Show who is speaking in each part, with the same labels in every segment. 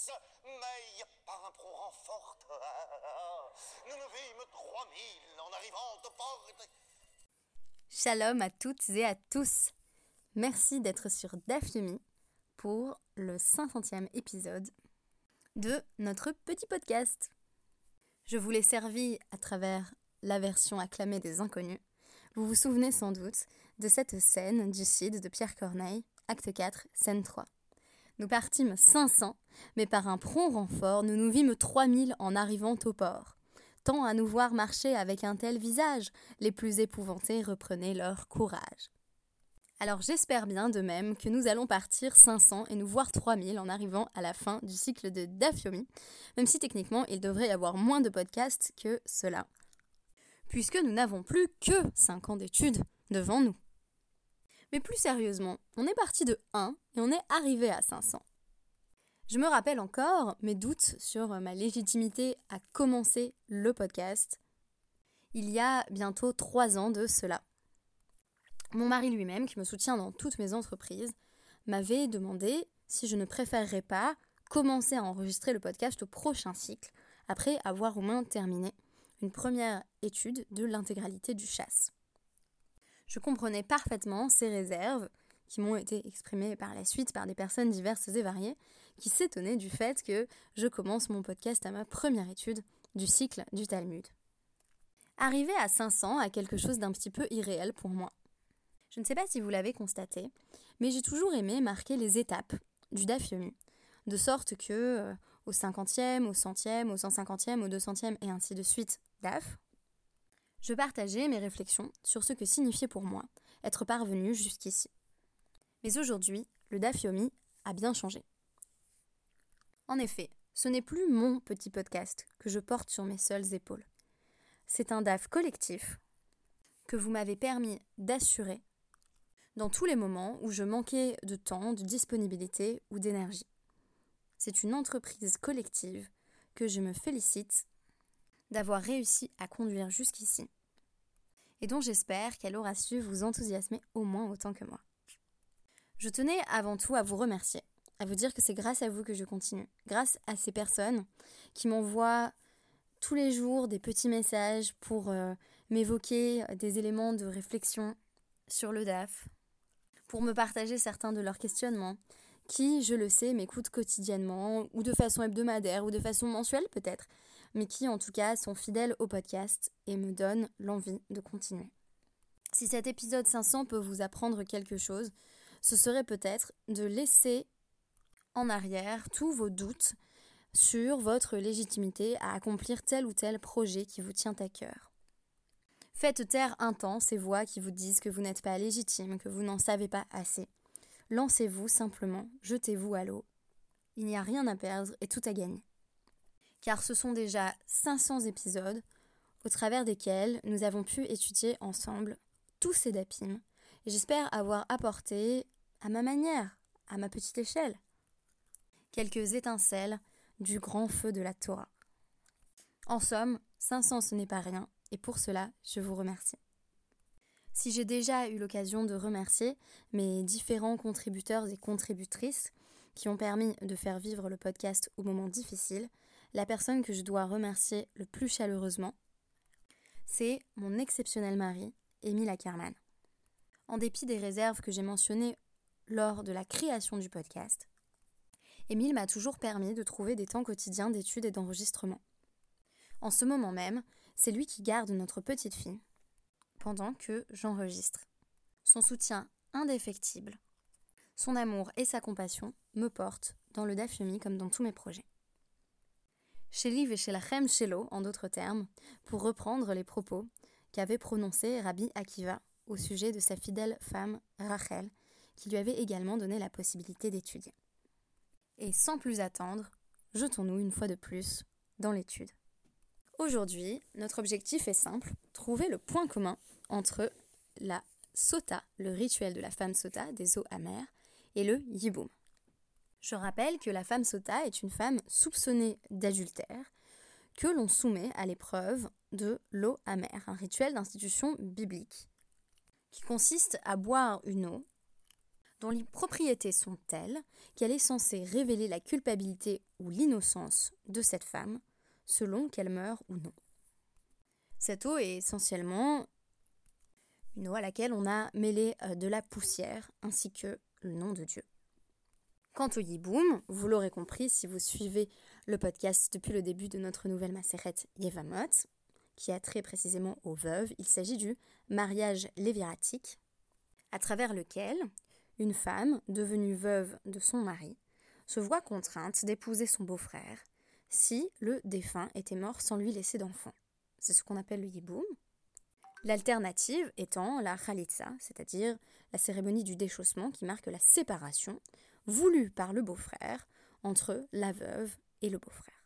Speaker 1: mais par un prompt renfort, nous nous vîmes 3000 en arrivant aux portes.
Speaker 2: Shalom à toutes et à tous. Merci d'être sur DAF Yomi pour le 500e épisode de notre petit podcast. Je vous l'ai servi à travers la version acclamée des Inconnus. Vous vous souvenez sans doute de cette scène du Cid de Pierre Corneille, acte 4, scène 3. Nous partîmes 500, mais par un prompt renfort, nous nous vîmes 3000 en arrivant au port. Tant à nous voir marcher avec un tel visage, les plus épouvantés reprenaient leur courage. Alors j'espère bien de même que nous allons partir 500 et nous voir 3000 en arrivant à la fin du cycle de DAF Yomi, même si techniquement il devrait y avoir moins de podcasts que cela, puisque nous n'avons plus que 5 ans d'études devant nous. Mais plus sérieusement, on est parti de 1 et on est arrivé à 500. Je me rappelle encore mes doutes sur ma légitimité à commencer le podcast il y a bientôt 3 ans de cela. Mon mari lui-même, qui me soutient dans toutes mes entreprises, m'avait demandé si je ne préférerais pas commencer à enregistrer le podcast au prochain cycle, après avoir au moins terminé une première étude de l'intégralité du chasse. Je comprenais parfaitement ces réserves qui m'ont été exprimées par la suite par des personnes diverses et variées, qui s'étonnaient du fait que je commence mon podcast à ma première étude du cycle du Talmud. Arriver à 500 a quelque chose d'un petit peu irréel pour moi. Je ne sais pas si vous l'avez constaté, mais j'ai toujours aimé marquer les étapes du DAF Yomi, de sorte que au 50e, au 100e, au 150e, au 200e et ainsi de suite DAF, je partageais mes réflexions sur ce que signifiait pour moi être parvenu jusqu'ici. Mais aujourd'hui, le DAF Yomi a bien changé. En effet, ce n'est plus mon petit podcast que je porte sur mes seules épaules. C'est un DAF collectif que vous m'avez permis d'assurer dans tous les moments où je manquais de temps, de disponibilité ou d'énergie. C'est une entreprise collective que je me félicite d'avoir réussi à conduire jusqu'ici et dont j'espère qu'elle aura su vous enthousiasmer au moins autant que moi. Je tenais avant tout à vous remercier, à vous dire que c'est grâce à vous que je continue, grâce à ces personnes qui m'envoient tous les jours des petits messages pour m'évoquer des éléments de réflexion sur le DAF, pour me partager certains de leurs questionnements, qui, je le sais, m'écoutent quotidiennement, ou de façon hebdomadaire, ou de façon mensuelle peut-être, mais qui en tout cas sont fidèles au podcast et me donnent l'envie de continuer. Si cet épisode 500 peut vous apprendre quelque chose, ce serait peut-être de laisser en arrière tous vos doutes sur votre légitimité à accomplir tel ou tel projet qui vous tient à cœur. Faites taire un temps ces voix qui vous disent que vous n'êtes pas légitime, que vous n'en savez pas assez. Lancez-vous simplement, jetez-vous à l'eau. Il n'y a rien à perdre et tout à gagner. Car ce sont déjà 500 épisodes au travers desquels nous avons pu étudier ensemble tous ces dapim. Et j'espère avoir apporté, à ma manière, à ma petite échelle, quelques étincelles du grand feu de la Torah. En somme, 500 ce n'est pas rien. Et pour cela, je vous remercie. Si j'ai déjà eu l'occasion de remercier mes différents contributeurs et contributrices qui ont permis de faire vivre le podcast au moment difficile, la personne que je dois remercier le plus chaleureusement, c'est mon exceptionnel mari, Émile Ackerman. En dépit des réserves que j'ai mentionnées lors de la création du podcast, Émile m'a toujours permis de trouver des temps quotidiens d'études et d'enregistrement. En ce moment même, c'est lui qui garde notre petite fille pendant que j'enregistre. Son soutien indéfectible, son amour et sa compassion me portent dans le DAF Yomi comme dans tous mes projets. Sheli veshelachem shelo, en d'autres termes, pour reprendre les propos qu'avait prononcés Rabbi Akiva au sujet de sa fidèle femme Rachel, qui lui avait également donné la possibilité d'étudier. Et sans plus attendre, jetons-nous une fois de plus dans l'étude. Aujourd'hui, notre objectif est simple, trouver le point commun entre la sota, le rituel de la femme sota, des eaux amères, et le yiboum. Je rappelle que la femme sota est une femme soupçonnée d'adultère que l'on soumet à l'épreuve de l'eau amère, un rituel d'institution biblique qui consiste à boire une eau dont les propriétés sont telles qu'elle est censée révéler la culpabilité ou l'innocence de cette femme, selon qu'elle meurt ou non. Cette eau est essentiellement une eau à laquelle on a mêlé de la poussière ainsi que le nom de Dieu. Quant au Yiboum, vous l'aurez compris si vous suivez le podcast depuis le début de notre nouvelle Maseret Yevamot, qui a trait précisément aux veuves, il s'agit du mariage léviratique, à travers lequel une femme, devenue veuve de son mari, se voit contrainte d'épouser son beau-frère si le défunt était mort sans lui laisser d'enfant. C'est ce qu'on appelle le Yiboum. L'alternative étant la Khalitsa, c'est-à-dire la cérémonie du déchaussement qui marque la séparation voulue par le beau-frère entre la veuve et le beau-frère.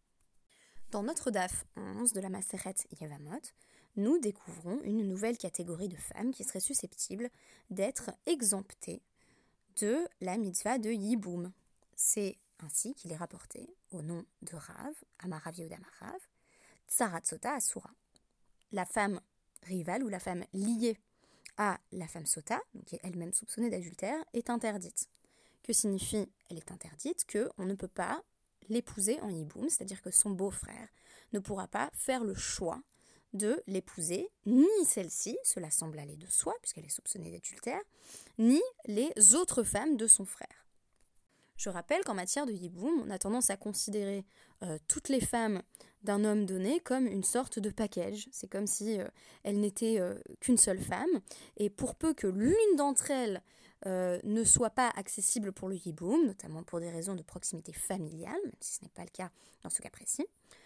Speaker 2: Dans notre DAF 11 de la Maseret Yevamot, nous découvrons une nouvelle catégorie de femmes qui seraient susceptibles d'être exemptées de la mitzvah de Yiboum. C'est ainsi qu'il est rapporté au nom de Rav, Amarav Yehuda Amarav, Tsarat Sota Asura. La femme rivale ou la femme liée à la femme Sota, donc qui est elle-même soupçonnée d'adultère, est interdite. Que signifie elle est interdite? Qu'on ne peut pas l'épouser en Yiboum, c'est-à-dire que son beau-frère ne pourra pas faire le choix de l'épouser, ni celle-ci, cela semble aller de soi, puisqu'elle est soupçonnée d'adultère, ni les autres femmes de son frère. Je rappelle qu'en matière de Yiboum, on a tendance à considérer toutes les femmes d'un homme donné comme une sorte de package. C'est comme si elles n'étaient qu'une seule femme, et pour peu que l'une d'entre elles ne soit pas accessible pour le Yiboum, notamment pour des raisons de proximité familiale, même si ce n'est pas le cas dans ce cas précis,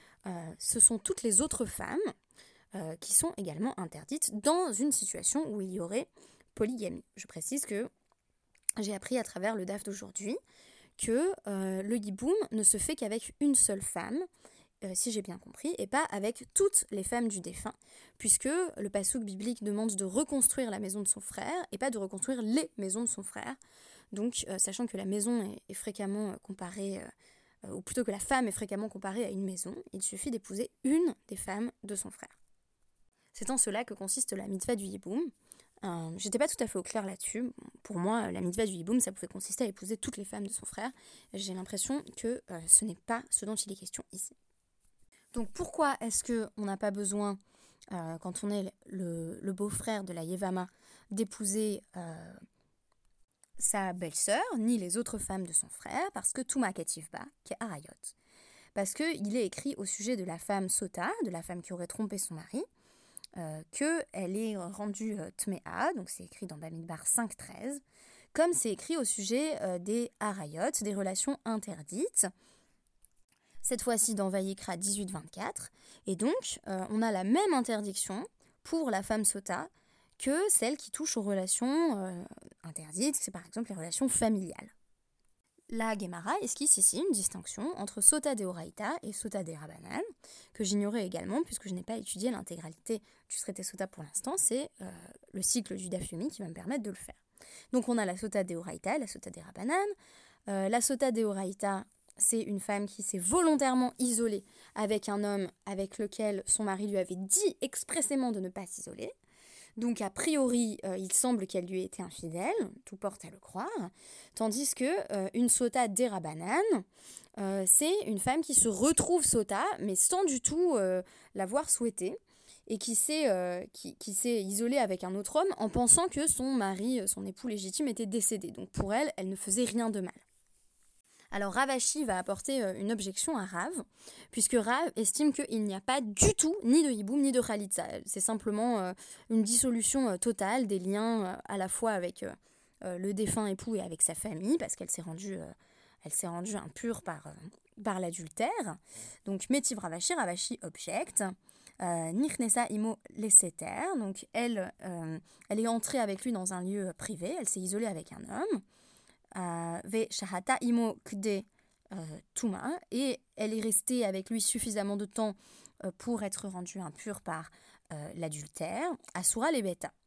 Speaker 2: ce sont toutes les autres femmes qui sont également interdites dans une situation où il y aurait polygamie. Je précise que j'ai appris à travers le DAF d'aujourd'hui que le Yiboum ne se fait qu'avec une seule femme, si j'ai bien compris, et pas avec toutes les femmes du défunt, puisque le passouk biblique demande de reconstruire la maison de son frère et pas de reconstruire les maisons de son frère. Donc, sachant que la maison est fréquemment comparée, ou plutôt que la femme est fréquemment comparée à une maison, il suffit d'épouser une des femmes de son frère. C'est en cela que consiste la mitzvah du Yiboum. J'étais pas tout à fait au clair là-dessus. Pour moi, la mitzvah du Yiboum, ça pouvait consister à épouser toutes les femmes de son frère. J'ai l'impression que ce n'est pas ce dont il est question ici. Donc pourquoi est-ce qu'on n'a pas besoin, quand on est le beau-frère de la Yevama, d'épouser sa belle-sœur, ni les autres femmes de son frère? Parce que Touma Ketivba, qui est Arayot. Parce qu'il est écrit au sujet de la femme Sota, de la femme qui aurait trompé son mari, qu'elle est rendue Tmea, donc c'est écrit dans Bamidbar 5.13, comme c'est écrit au sujet des Arayot, des relations interdites, cette fois-ci dans Vayikra 18.24, et donc on a la même interdiction pour la femme Sota que celle qui touche aux relations interdites, c'est par exemple les relations familiales. La Gemara esquisse ici une distinction entre Sota de Oraïta et Sota de Rabbanan, que j'ignorais également puisque je n'ai pas étudié l'intégralité du traité Sota pour l'instant, c'est le cycle du Daf Yomi qui va me permettre de le faire. Donc on a la Sota de Oraïta et la Sota de Rabbanan. La Sota de Oraïta, c'est une femme qui s'est volontairement isolée avec un homme avec lequel son mari lui avait dit expressément de ne pas s'isoler. Donc a priori, il semble qu'elle lui ait été infidèle, tout porte à le croire, tandis que une Sota des Rabbanan, c'est une femme qui se retrouve Sota, mais sans du tout l'avoir souhaité, et qui s'est isolée avec un autre homme en pensant que son mari, son époux légitime, était décédé. Donc pour elle, elle ne faisait rien de mal. Alors Rav Ashi va apporter une objection à Rav, puisque Rav estime qu'il n'y a pas du tout ni de Yiboum ni de Khalitsa. C'est simplement une dissolution totale des liens à la fois avec le défunt époux et avec sa famille, parce qu'elle s'est rendue impure par l'adultère. Donc Métiv Rav Ashi objecte. Nichnesa imo leseter, donc elle est entrée avec lui dans un lieu privé, elle s'est isolée avec un homme. Ve shahata imo kde tuma, et elle est restée avec lui suffisamment de temps pour être rendue impure par l'adultère. Asura lebeta.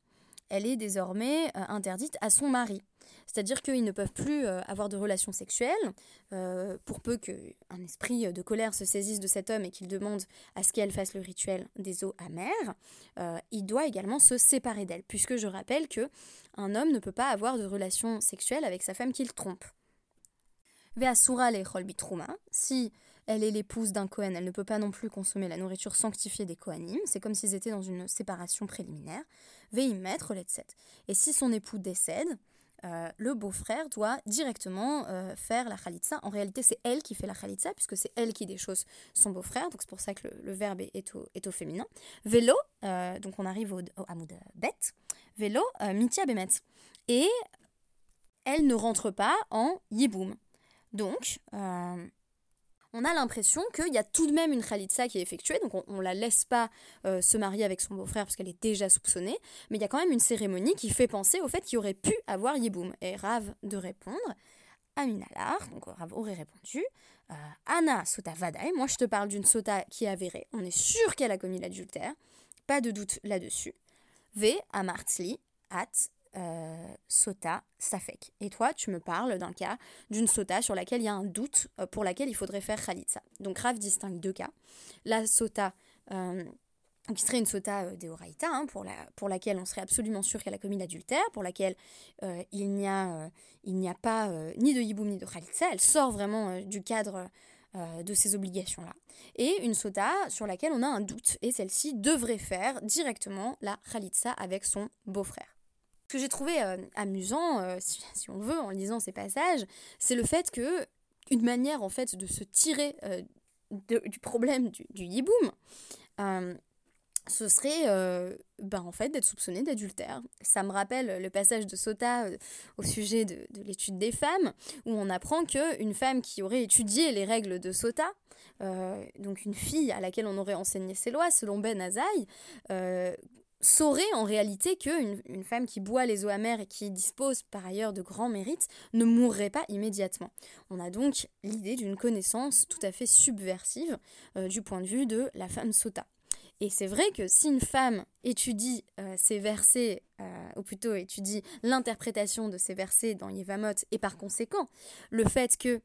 Speaker 2: elle est désormais interdite à son mari. C'est-à-dire qu'ils ne peuvent plus avoir de relations sexuelles, pour peu qu'un esprit de colère se saisisse de cet homme et qu'il demande à ce qu'elle fasse le rituel des eaux amères. Il doit également se séparer d'elle, puisque je rappelle qu'un homme ne peut pas avoir de relations sexuelles avec sa femme qu'il trompe. Ve'asura le'echol bitrouma, si elle est l'épouse d'un Kohen, elle ne peut pas non plus consommer la nourriture sanctifiée des Kohanim, c'est comme s'ils étaient dans une séparation préliminaire. Ve'imet roletset. Et si son époux décède, le beau-frère doit directement faire la khalitsa. En réalité, c'est elle qui fait la khalitsa, puisque c'est elle qui déchausse son beau-frère, donc c'est pour ça que le verbe est au féminin. Vélo, donc on arrive au Hamoud Bet, vélo, mitia bemet. Et elle ne rentre pas en yiboum. Donc, on a l'impression qu'il y a tout de même une khalitsa qui est effectuée, donc on ne la laisse pas se marier avec son beau-frère parce qu'elle est déjà soupçonnée, mais il y a quand même une cérémonie qui fait penser au fait qu'il y aurait pu avoir yiboum. Et Rav de répondre, Aminalar, donc Rav aurait répondu, Anna sota vadaï, moi je te parle d'une sota qui est avérée, on est sûr qu'elle a commis l'adultère, pas de doute là-dessus. Ve amartli at sota safek. Et toi, tu me parles d'un cas d'une sota sur laquelle il y a un doute, pour laquelle il faudrait faire khalitsa. Donc Rav distingue deux cas. La sota, qui serait une sota deoraita, pour laquelle on serait absolument sûr qu'elle a commis l'adultère, pour laquelle il n'y a pas ni de yiboum ni de khalitsa. Elle sort vraiment du cadre de ces obligations-là. Et une sota sur laquelle on a un doute. Et celle-ci devrait faire directement la khalitsa avec son beau-frère. Ce que j'ai trouvé amusant, si on veut, en lisant ces passages, c'est le fait que une manière en fait de se tirer du problème du yiboum, ce serait en fait d'être soupçonné d'adultère. Ça me rappelle le passage de Sota au sujet de l'étude des femmes, où on apprend qu'une femme qui aurait étudié les règles de Sota, donc une fille à laquelle on aurait enseigné ces lois, selon Ben Azaï, saurait en réalité qu'une femme qui boit les eaux amères et qui dispose par ailleurs de grands mérites ne mourrait pas immédiatement. On a donc l'idée d'une connaissance tout à fait subversive du point de vue de la femme sota. Et c'est vrai que si une femme étudie ces versets, ou plutôt étudie l'interprétation de ces versets dans Yevamot, et par conséquent le fait que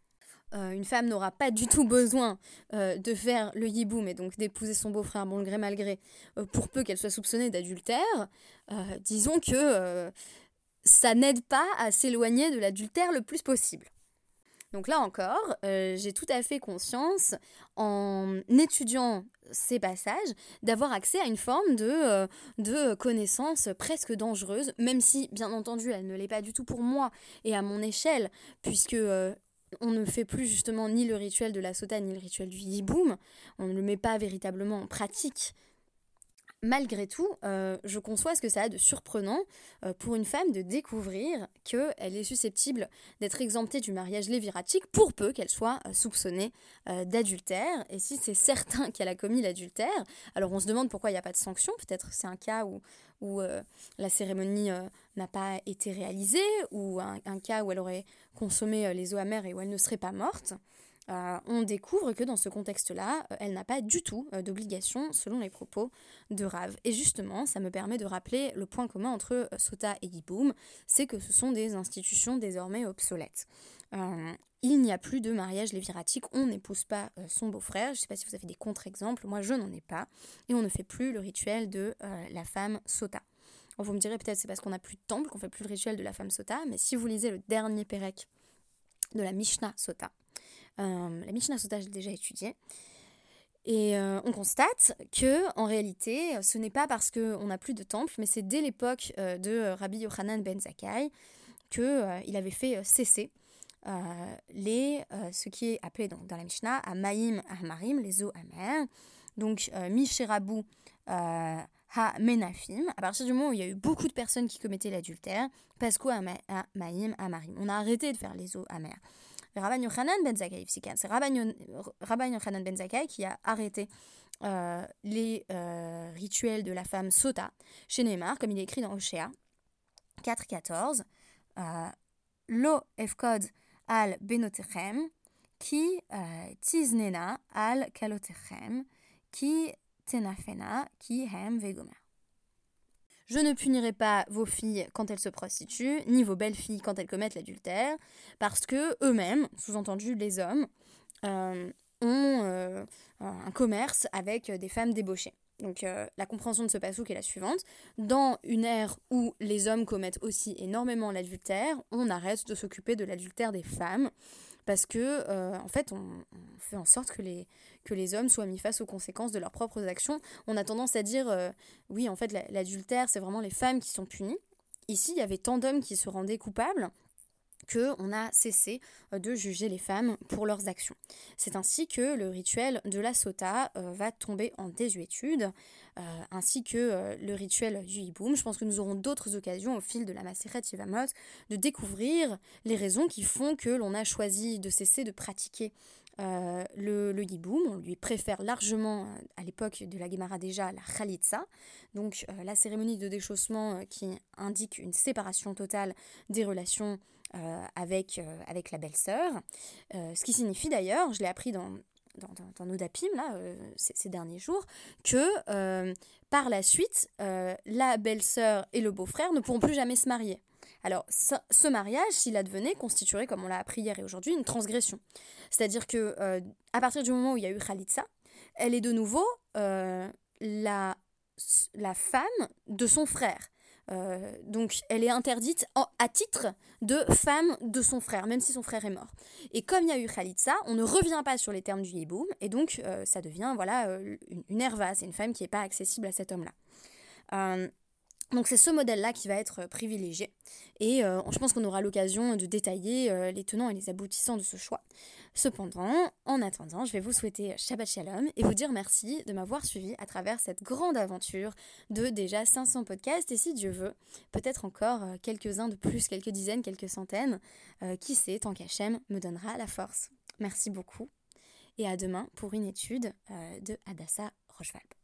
Speaker 2: une femme n'aura pas du tout besoin de faire le yiboum et donc d'épouser son beau-frère bon gré mal gré pour peu qu'elle soit soupçonnée d'adultère, disons que ça n'aide pas à s'éloigner de l'adultère le plus possible. Donc là encore, j'ai tout à fait conscience, en étudiant ces passages, d'avoir accès à une forme de connaissance presque dangereuse, même si, bien entendu, elle ne l'est pas du tout pour moi et à mon échelle, puisque on ne fait plus justement ni le rituel de la sota ni le rituel du yiboum, on ne le met pas véritablement en pratique. Malgré tout, je conçois ce que ça a de surprenant pour une femme de découvrir qu'elle est susceptible d'être exemptée du mariage léviratique pour peu qu'elle soit soupçonnée d'adultère. Et si c'est certain qu'elle a commis l'adultère, alors on se demande pourquoi il n'y a pas de sanction. Peut-être c'est un cas où la cérémonie n'a pas été réalisée, ou un cas où elle aurait consommé les eaux amères et où elle ne serait pas morte. On découvre que dans ce contexte-là, elle n'a pas du tout d'obligation selon les propos de Rav. Et justement, ça me permet de rappeler le point commun entre Sota et Yiboum, c'est que ce sont des institutions désormais obsolètes. Il n'y a plus de mariage léviratique, on n'épouse pas son beau-frère, je ne sais pas si vous avez des contre-exemples, moi je n'en ai pas, et on ne fait plus le rituel de la femme Sota. Alors, vous me direz peut-être c'est parce qu'on n'a plus de temple qu'on ne fait plus le rituel de la femme Sota, mais si vous lisez le dernier Pérec de la Mishnah Sota, la Mishnah Sota, j'ai déjà étudié. Et on constate que en réalité, ce n'est pas parce qu'on n'a plus de temple, mais c'est dès l'époque de Rabbi Yochanan ben Zakkai qu'il avait fait cesser ce qui est appelé dans la Mishnah Amaim Ahmarim, les eaux amères. Donc Misherabu Ha-Menafim, à partir du moment où il y a eu beaucoup de personnes qui commettaient l'adultère, Pasco Amaim Ahmarim. On a arrêté de faire les eaux amères. Rabban Yochanan ben Zakkai, c'est Rabban Yochanan ben Zakkai qui a arrêté les rituels de la femme Sota chez Neymar, comme il est écrit dans Oshéa 4.14. Lo efkod al benotechem ki tiznena al kalotechem ki tenafena ki hem vegomer. je ne punirai pas vos filles quand elles se prostituent, ni vos belles filles quand elles commettent l'adultère, parce que eux-mêmes, sous-entendu les hommes, ont un commerce avec des femmes débauchées. Donc la compréhension de ce passouk est la suivante. Dans une ère où les hommes commettent aussi énormément l'adultère, on arrête de s'occuper de l'adultère des femmes parce que en fait on fait en sorte que les hommes soient mis face aux conséquences de leurs propres actions. On a tendance à dire oui en fait l'adultère c'est vraiment les femmes qui sont punies. Ici il y avait tant d'hommes qui se rendaient coupables qu'on a cessé de juger les femmes pour leurs actions. C'est ainsi que le rituel de la sota va tomber en désuétude, ainsi que le rituel du hiboum. Je pense que nous aurons d'autres occasions au fil de la Masechet Yevamot de découvrir les raisons qui font que l'on a choisi de cesser de pratiquer le hiboum. On lui préfère largement, à l'époque de la Gemara déjà, la chalitza, donc la cérémonie de déchaussement qui indique une séparation totale des relations avec la belle-sœur. Ce qui signifie d'ailleurs, je l'ai appris dans nos dapim là, ces derniers jours, que par la suite, la belle-sœur et le beau-frère ne pourront plus jamais se marier. Alors, ce mariage, s'il advenait, constituerait, comme on l'a appris hier et aujourd'hui, une transgression. C'est-à-dire que à partir du moment où il y a eu Khalitsa, elle est de nouveau la femme de son frère. Donc elle est interdite à titre de femme de son frère, même si son frère est mort. Et comme il y a eu Khalitsa, on ne revient pas sur les termes du hiboum, et donc ça devient une erva, c'est une femme qui n'est pas accessible à cet homme-là. Donc c'est ce modèle-là qui va être privilégié, et je pense qu'on aura l'occasion de détailler les tenants et les aboutissants de ce choix. Cependant, en attendant, je vais vous souhaiter Shabbat Shalom et vous dire merci de m'avoir suivi à travers cette grande aventure de déjà 500 podcasts, et si Dieu veut, peut-être encore quelques-uns de plus, quelques dizaines, quelques centaines, qui sait, tant qu'Hachem me donnera la force. Merci beaucoup, et à demain pour une étude de Hadassah Rochvalb.